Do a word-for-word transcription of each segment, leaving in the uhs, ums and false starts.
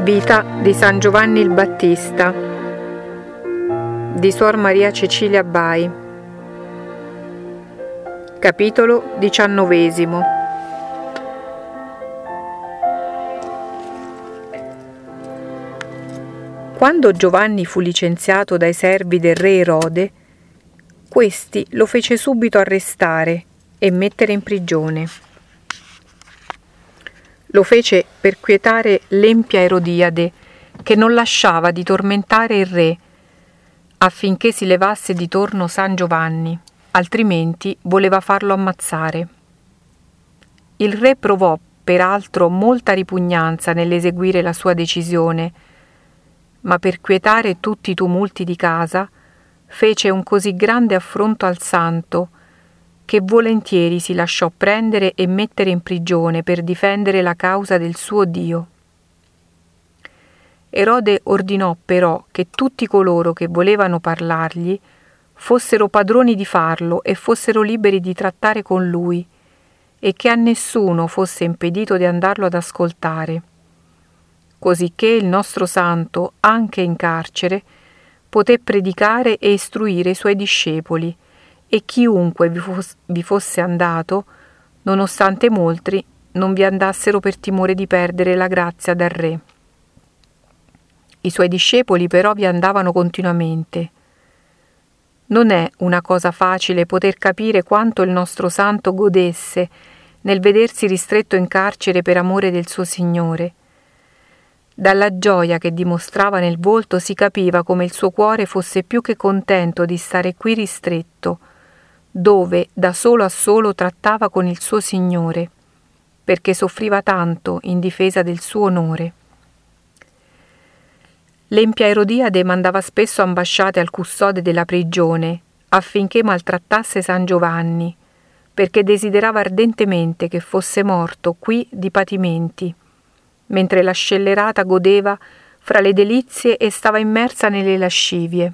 Vita di San Giovanni il Battista di Suor Maria Cecilia Bai. Capitolo diciannovesimo. Quando Giovanni fu licenziato dai servi del re Erode, questi lo fece subito arrestare e mettere in prigione. Lo fece per quietare l'empia Erodiade, che non lasciava di tormentare il re, affinché si levasse di torno San Giovanni, altrimenti voleva farlo ammazzare. Il re provò, peraltro, molta ripugnanza nell'eseguire la sua decisione, ma per quietare tutti i tumulti di casa, fece un così grande affronto al santo, che volentieri si lasciò prendere e mettere in prigione per difendere la causa del suo Dio. Erode ordinò però che tutti coloro che volevano parlargli fossero padroni di farlo e fossero liberi di trattare con lui, e che a nessuno fosse impedito di andarlo ad ascoltare, cosicché il nostro santo, anche in carcere, poté predicare e istruire i suoi discepoli, e chiunque vi, fos- vi fosse andato, nonostante molti non vi andassero per timore di perdere la grazia dal re. I suoi discepoli però vi andavano continuamente. Non è una cosa facile poter capire quanto il nostro santo godesse nel vedersi ristretto in carcere per amore del suo Signore. Dalla gioia che dimostrava nel volto si capiva come il suo cuore fosse più che contento di stare qui ristretto, dove da solo a solo trattava con il suo Signore, perché soffriva tanto in difesa del suo onore. L'empia Erodiade mandava spesso ambasciate al custode della prigione affinché maltrattasse San Giovanni, perché desiderava ardentemente che fosse morto qui di patimenti, mentre la scellerata godeva fra le delizie e stava immersa nelle lascivie.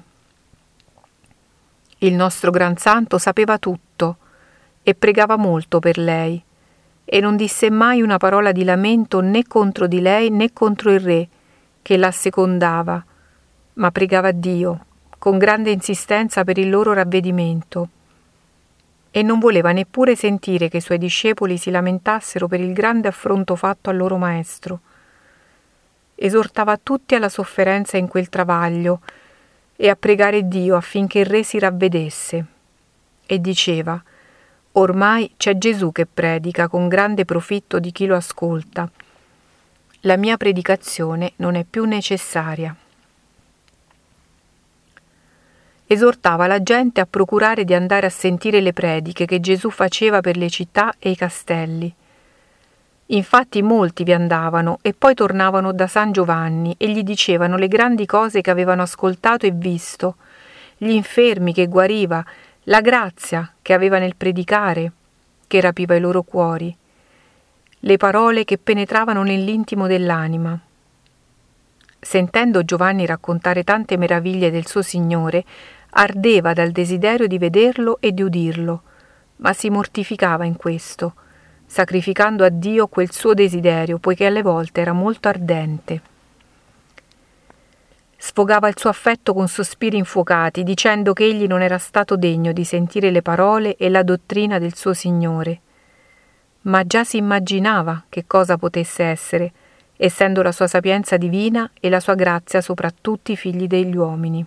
Il nostro gran santo sapeva tutto e pregava molto per lei, e non disse mai una parola di lamento né contro di lei né contro il re, che la secondava, ma pregava Dio con grande insistenza per il loro ravvedimento, e non voleva neppure sentire che i suoi discepoli si lamentassero per il grande affronto fatto al loro maestro. Esortava tutti alla sofferenza in quel travaglio e a pregare Dio affinché il re si ravvedesse, e diceva: ormai c'è Gesù che predica con grande profitto di chi lo ascolta. La mia predicazione non è più necessaria. Esortava la gente a procurare di andare a sentire le prediche che Gesù faceva per le città e i castelli. Infatti molti vi andavano e poi tornavano da San Giovanni e gli dicevano le grandi cose che avevano ascoltato e visto, gli infermi che guariva, la grazia che aveva nel predicare, che rapiva i loro cuori, le parole che penetravano nell'intimo dell'anima. Sentendo Giovanni raccontare tante meraviglie del suo Signore, ardeva dal desiderio di vederlo e di udirlo, ma si mortificava in questo, sacrificando a Dio quel suo desiderio, poiché alle volte era molto ardente. Sfogava il suo affetto con sospiri infuocati, dicendo che egli non era stato degno di sentire le parole e la dottrina del suo Signore, ma già si immaginava che cosa potesse essere, essendo la sua sapienza divina e la sua grazia sopra tutti i figli degli uomini.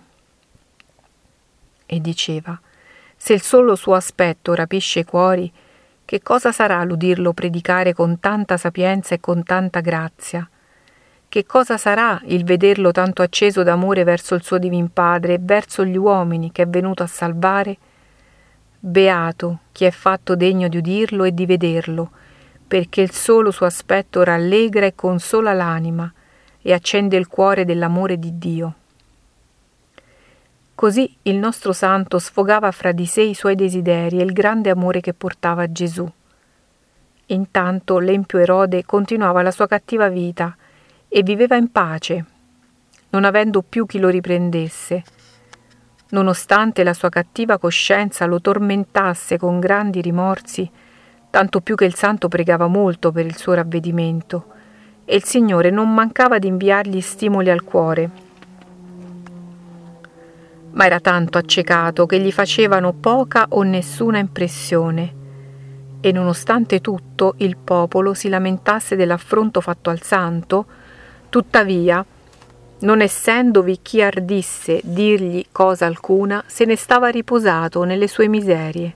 E diceva: se il solo suo aspetto rapisce i cuori, che cosa sarà l'udirlo predicare con tanta sapienza e con tanta grazia? Che cosa sarà il vederlo tanto acceso d'amore verso il suo Divin Padre e verso gli uomini che è venuto a salvare? Beato chi è fatto degno di udirlo e di vederlo, perché il solo suo aspetto rallegra e consola l'anima e accende il cuore dell'amore di Dio. Così il nostro santo sfogava fra di sé i suoi desideri e il grande amore che portava a Gesù. Intanto l'empio Erode continuava la sua cattiva vita e viveva in pace, non avendo più chi lo riprendesse, nonostante la sua cattiva coscienza lo tormentasse con grandi rimorsi, tanto più che il santo pregava molto per il suo ravvedimento e il Signore non mancava di inviargli stimoli al cuore. Ma era tanto accecato che gli facevano poca o nessuna impressione, e nonostante tutto il popolo si lamentasse dell'affronto fatto al santo, tuttavia, non essendovi chi ardisse dirgli cosa alcuna, se ne stava riposato nelle sue miserie.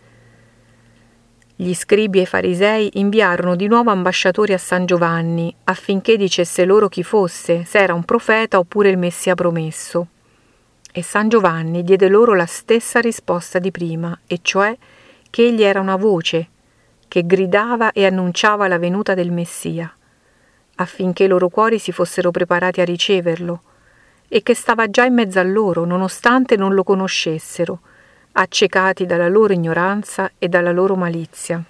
Gli scribi e i farisei inviarono di nuovo ambasciatori a San Giovanni affinché dicesse loro chi fosse, se era un profeta oppure il Messia promesso. E San Giovanni diede loro la stessa risposta di prima, e cioè che egli era una voce che gridava e annunciava la venuta del Messia, affinché i loro cuori si fossero preparati a riceverlo, e che stava già in mezzo a loro, nonostante non lo conoscessero, accecati dalla loro ignoranza e dalla loro malizia.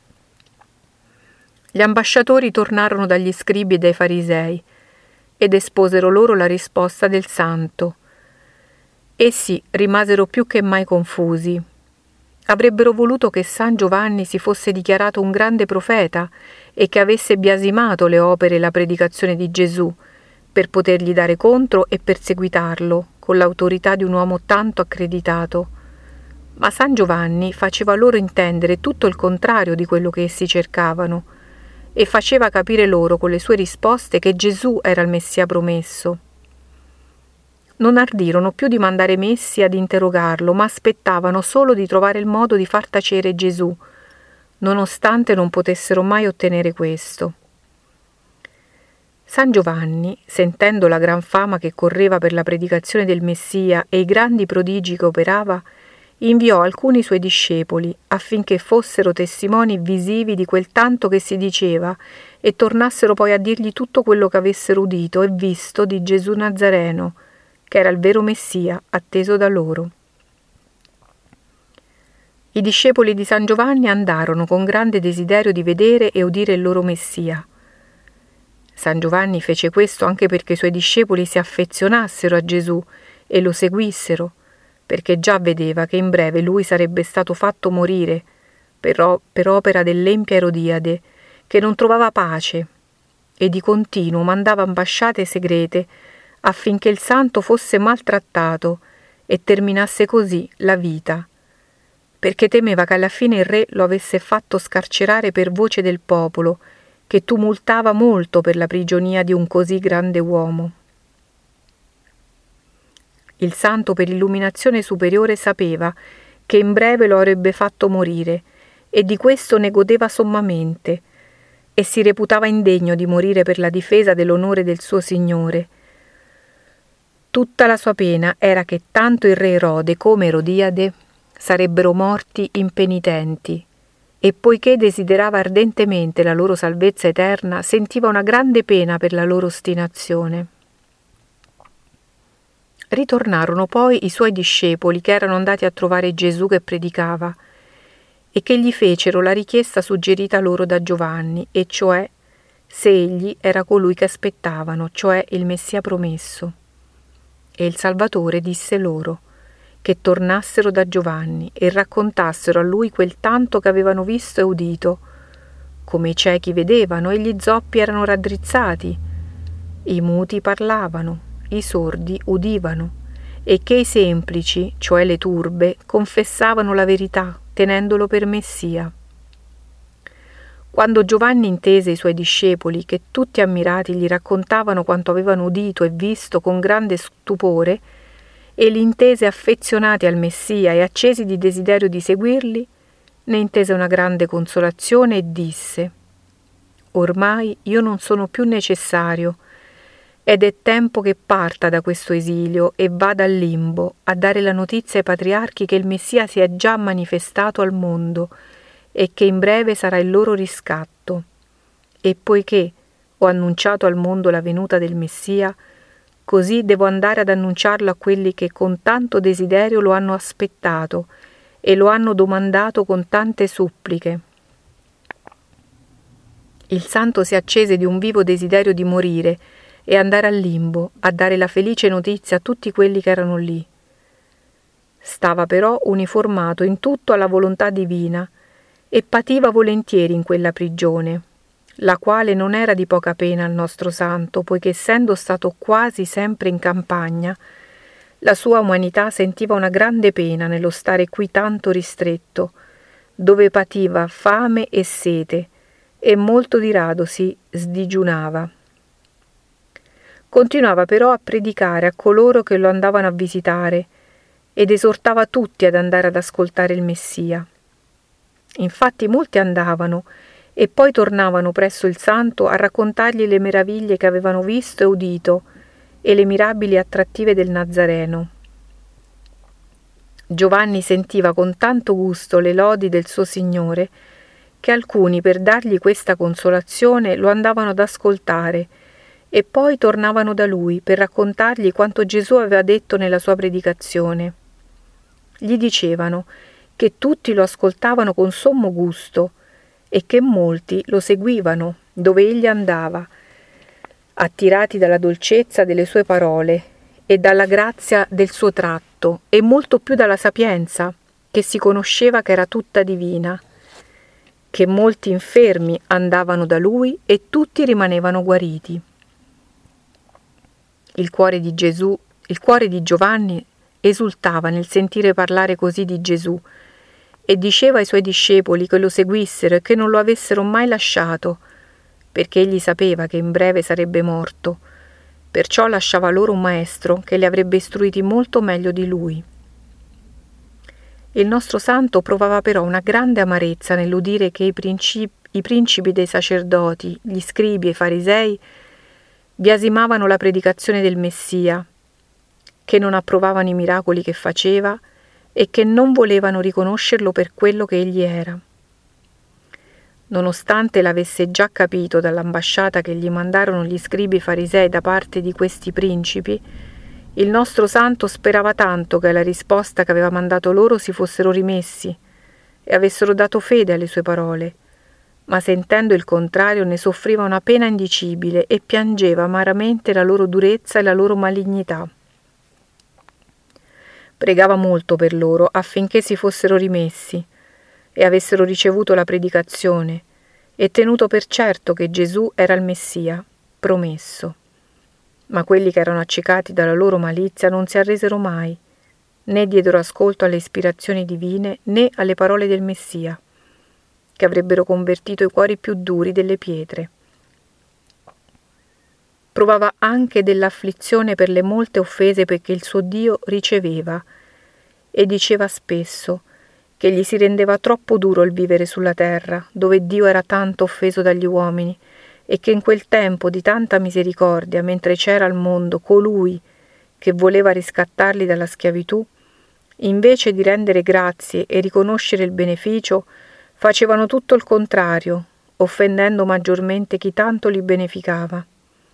Gli ambasciatori tornarono dagli scribi e dai farisei ed esposero loro la risposta del santo. Essi rimasero più che mai confusi. Avrebbero voluto che San Giovanni si fosse dichiarato un grande profeta e che avesse biasimato le opere e la predicazione di Gesù per potergli dare contro e perseguitarlo con l'autorità di un uomo tanto accreditato. Ma San Giovanni faceva loro intendere tutto il contrario di quello che essi cercavano e faceva capire loro con le sue risposte che Gesù era il Messia promesso. Non ardirono più di mandare messi ad interrogarlo, ma aspettavano solo di trovare il modo di far tacere Gesù, nonostante non potessero mai ottenere questo. San Giovanni, sentendo la gran fama che correva per la predicazione del Messia e i grandi prodigi che operava, inviò alcuni suoi discepoli affinché fossero testimoni visivi di quel tanto che si diceva e tornassero poi a dirgli tutto quello che avessero udito e visto di Gesù Nazareno, che era il vero Messia atteso da loro. I discepoli di San Giovanni andarono con grande desiderio di vedere e udire il loro Messia. San Giovanni fece questo anche perché i suoi discepoli si affezionassero a Gesù e lo seguissero, perché già vedeva che in breve lui sarebbe stato fatto morire per, per opera dell'empia Erodiade, che non trovava pace, e di continuo mandava ambasciate segrete affinché il santo fosse maltrattato e terminasse così la vita, perché temeva che alla fine il re lo avesse fatto scarcerare per voce del popolo, che tumultava molto per la prigionia di un così grande uomo. Il santo per illuminazione superiore sapeva che in breve lo avrebbe fatto morire, e di questo ne godeva sommamente, e si reputava indegno di morire per la difesa dell'onore del suo Signore. Tutta la sua pena era che tanto il re Erode come Erodiade sarebbero morti impenitenti, e poiché desiderava ardentemente la loro salvezza eterna, sentiva una grande pena per la loro ostinazione. Ritornarono poi i suoi discepoli che erano andati a trovare Gesù che predicava e che gli fecero la richiesta suggerita loro da Giovanni, e cioè se egli era colui che aspettavano, cioè il Messia promesso. E il Salvatore disse loro che tornassero da Giovanni e raccontassero a lui quel tanto che avevano visto e udito, come i ciechi vedevano e gli zoppi erano raddrizzati, i muti parlavano, i sordi udivano, e che i semplici, cioè le turbe, confessavano la verità, tenendolo per Messia. Quando Giovanni intese i suoi discepoli, che tutti ammirati gli raccontavano quanto avevano udito e visto con grande stupore, e li intese affezionati al Messia e accesi di desiderio di seguirli, ne intese una grande consolazione e disse: «Ormai io non sono più necessario, ed è tempo che parta da questo esilio e vada al limbo a dare la notizia ai patriarchi che il Messia si è già manifestato al mondo e che in breve sarà il loro riscatto. E poiché ho annunciato al mondo la venuta del Messia, così devo andare ad annunciarlo a quelli che con tanto desiderio lo hanno aspettato e lo hanno domandato con tante suppliche». Il santo si accese di un vivo desiderio di morire e andare al limbo a dare la felice notizia a tutti quelli che erano lì. Stava però uniformato in tutto alla volontà divina e pativa volentieri in quella prigione, la quale non era di poca pena al nostro santo, poiché essendo stato quasi sempre in campagna, la sua umanità sentiva una grande pena nello stare qui tanto ristretto, dove pativa fame e sete, e molto di rado si sdigiunava. Continuava però a predicare a coloro che lo andavano a visitare ed esortava tutti ad andare ad ascoltare il Messia. Infatti molti andavano e poi tornavano presso il santo a raccontargli le meraviglie che avevano visto e udito e le mirabili attrattive del Nazareno. Giovanni sentiva con tanto gusto le lodi del suo Signore che alcuni, per dargli questa consolazione, lo andavano ad ascoltare e poi tornavano da lui per raccontargli quanto Gesù aveva detto nella sua predicazione. Gli dicevano che tutti lo ascoltavano con sommo gusto e che molti lo seguivano dove egli andava, attirati dalla dolcezza delle sue parole e dalla grazia del suo tratto e molto più dalla sapienza, che si conosceva che era tutta divina, che molti infermi andavano da lui e tutti rimanevano guariti. Il cuore di Gesù, il cuore di Giovanni esultava nel sentire parlare così di Gesù e diceva ai suoi discepoli che lo seguissero e che non lo avessero mai lasciato, perché egli sapeva che in breve sarebbe morto. Perciò lasciava loro un maestro che li avrebbe istruiti molto meglio di lui. Il nostro santo provava però una grande amarezza nell'udire che i principi, i principi dei sacerdoti, gli scribi e i farisei biasimavano la predicazione del Messia, che non approvavano i miracoli che faceva e che non volevano riconoscerlo per quello che egli era. Nonostante l'avesse già capito dall'ambasciata che gli mandarono gli scribi farisei da parte di questi principi, il nostro santo sperava tanto che alla risposta che aveva mandato loro si fossero rimessi e avessero dato fede alle sue parole, ma sentendo il contrario ne soffriva una pena indicibile e piangeva amaramente la loro durezza e la loro malignità. Pregava molto per loro affinché si fossero rimessi e avessero ricevuto la predicazione e tenuto per certo che Gesù era il Messia, promesso. Ma quelli che erano accecati dalla loro malizia non si arresero mai, né diedero ascolto alle ispirazioni divine né alle parole del Messia, che avrebbero convertito i cuori più duri delle pietre. Provava anche dell'afflizione per le molte offese perché il suo Dio riceveva e diceva spesso che gli si rendeva troppo duro il vivere sulla terra, dove Dio era tanto offeso dagli uomini, e che in quel tempo di tanta misericordia, mentre c'era al mondo colui che voleva riscattarli dalla schiavitù, invece di rendere grazie e riconoscere il beneficio, facevano tutto il contrario, offendendo maggiormente chi tanto li beneficava.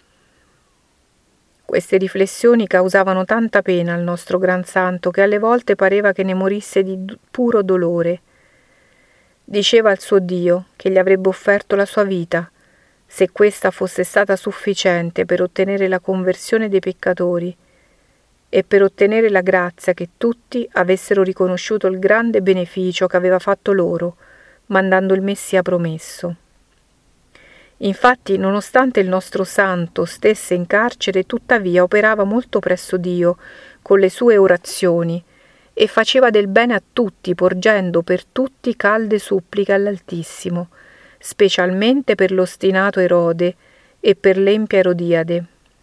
Queste riflessioni causavano tanta pena al nostro gran santo che alle volte pareva che ne morisse di puro dolore. Diceva al suo Dio che gli avrebbe offerto la sua vita, se questa fosse stata sufficiente per ottenere la conversione dei peccatori e per ottenere la grazia che tutti avessero riconosciuto il grande beneficio che aveva fatto loro, mandando il Messia promesso. Infatti, nonostante il nostro santo stesse in carcere, tuttavia operava molto presso Dio con le sue orazioni e faceva del bene a tutti, porgendo per tutti calde suppliche all'Altissimo, specialmente per l'ostinato Erode e per l'empia Erodiade.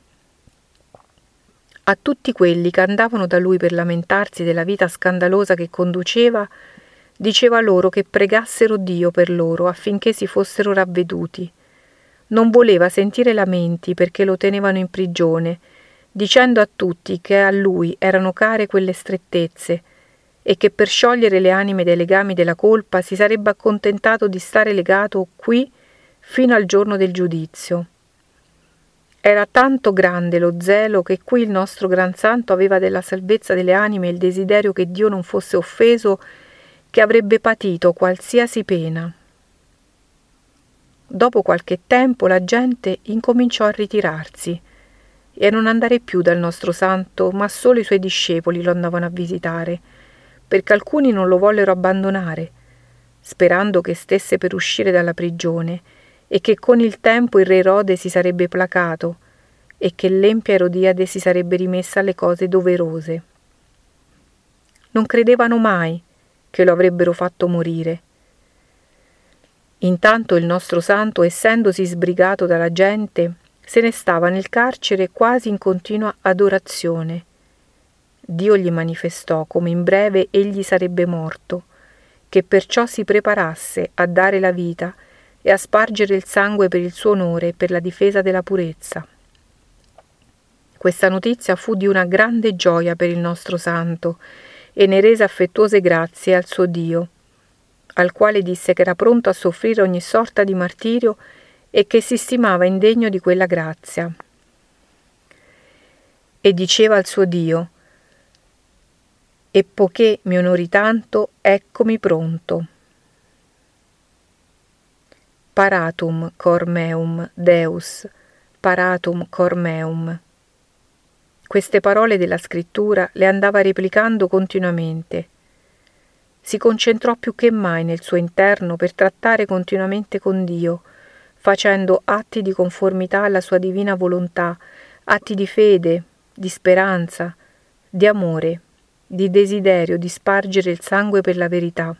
A tutti quelli che andavano da lui per lamentarsi della vita scandalosa che conduceva, diceva loro che pregassero Dio per loro affinché si fossero ravveduti. Non voleva sentire lamenti perché lo tenevano in prigione, dicendo a tutti che a lui erano care quelle strettezze e che per sciogliere le anime dai legami della colpa si sarebbe accontentato di stare legato qui fino al giorno del giudizio. Era tanto grande lo zelo che qui il nostro gran santo aveva della salvezza delle anime e il desiderio che Dio non fosse offeso, che avrebbe patito qualsiasi pena. Dopo qualche tempo la gente incominciò a ritirarsi e a non andare più dal nostro santo, ma solo i suoi discepoli lo andavano a visitare, perché alcuni non lo vollero abbandonare, sperando che stesse per uscire dalla prigione, e che con il tempo il re Erode si sarebbe placato e che l'empia Erodiade si sarebbe rimessa alle cose doverose. Non credevano mai che lo avrebbero fatto morire. Intanto il nostro santo, essendosi sbrigato dalla gente, se ne stava nel carcere quasi in continua adorazione. Dio gli manifestò come in breve egli sarebbe morto, che perciò si preparasse a dare la vita e a spargere il sangue per il suo onore e per la difesa della purezza. Questa notizia fu di una grande gioia per il nostro santo e ne rese affettuose grazie al suo Dio, al quale disse che era pronto a soffrire ogni sorta di martirio e che si stimava indegno di quella grazia. E diceva al suo Dio: «E poiché mi onori tanto, eccomi pronto. Paratum cor meum, Deus, paratum cor meum». Queste parole della scrittura le andava replicando continuamente. Si concentrò più che mai nel suo interno per trattare continuamente con Dio, facendo atti di conformità alla sua divina volontà, atti di fede, di speranza, di amore, di desiderio di spargere il sangue per la verità.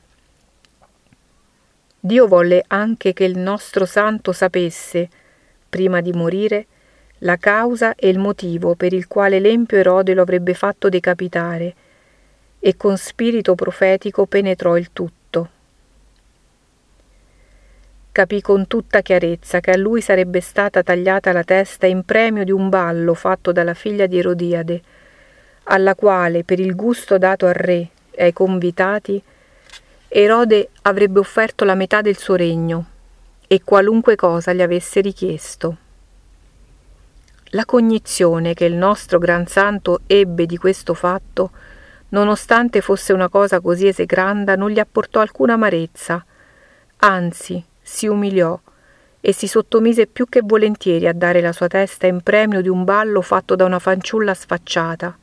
Dio volle anche che il nostro santo sapesse, prima di morire, la causa e il motivo per il quale l'empio Erode lo avrebbe fatto decapitare, e con spirito profetico penetrò il tutto. Capì con tutta chiarezza che a lui sarebbe stata tagliata la testa in premio di un ballo fatto dalla figlia di Erodiade, alla quale, per il gusto dato al re e ai convitati, Erode avrebbe offerto la metà del suo regno e qualunque cosa gli avesse richiesto. La cognizione che il nostro gran santo ebbe di questo fatto, nonostante fosse una cosa così esecranda, non gli apportò alcuna amarezza, anzi si umiliò e si sottomise più che volentieri a dare la sua testa in premio di un ballo fatto da una fanciulla sfacciata.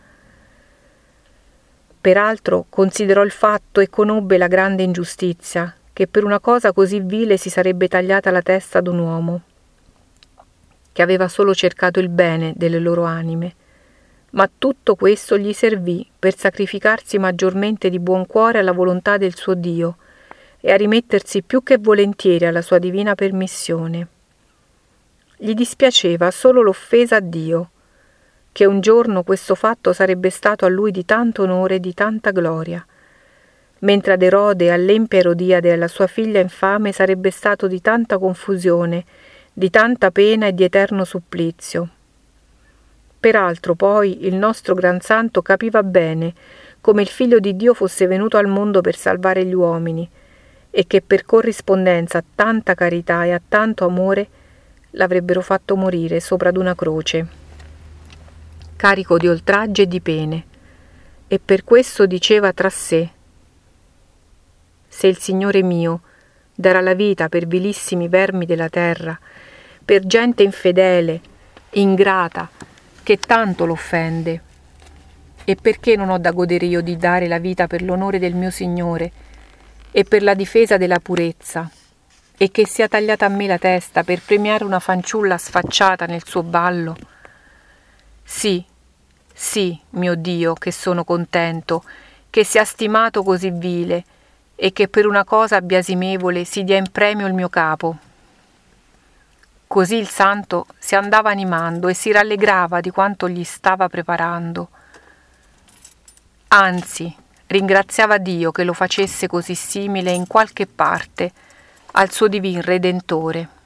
Peraltro considerò il fatto e conobbe la grande ingiustizia, che per una cosa così vile si sarebbe tagliata la testa d'un uomo, che aveva solo cercato il bene delle loro anime, ma tutto questo gli servì per sacrificarsi maggiormente di buon cuore alla volontà del suo Dio e a rimettersi più che volentieri alla sua divina permissione. Gli dispiaceva solo l'offesa a Dio, che un giorno questo fatto sarebbe stato a lui di tanto onore e di tanta gloria, mentre ad Erode, all'empia Erodiade e alla sua figlia infame sarebbe stato di tanta confusione, di tanta pena e di eterno supplizio. Peraltro poi il nostro gran santo capiva bene come il Figlio di Dio fosse venuto al mondo per salvare gli uomini e che per corrispondenza a tanta carità e a tanto amore l'avrebbero fatto morire sopra d'una croce, carico di oltraggi e di pene, e per questo diceva tra sé: «Se il Signore mio darà la vita per vilissimi vermi della terra, per gente infedele, ingrata, che tanto l'offende, e perché non ho da godere io di dare la vita per l'onore del mio Signore e per la difesa della purezza, e che sia tagliata a me la testa per premiare una fanciulla sfacciata nel suo ballo? Sì, sì, mio Dio, che sono contento che sia stimato così vile e che per una cosa biasimevole si dia in premio il mio capo». Così il santo si andava animando e si rallegrava di quanto gli stava preparando. Anzi, ringraziava Dio che lo facesse così simile in qualche parte al suo divin Redentore.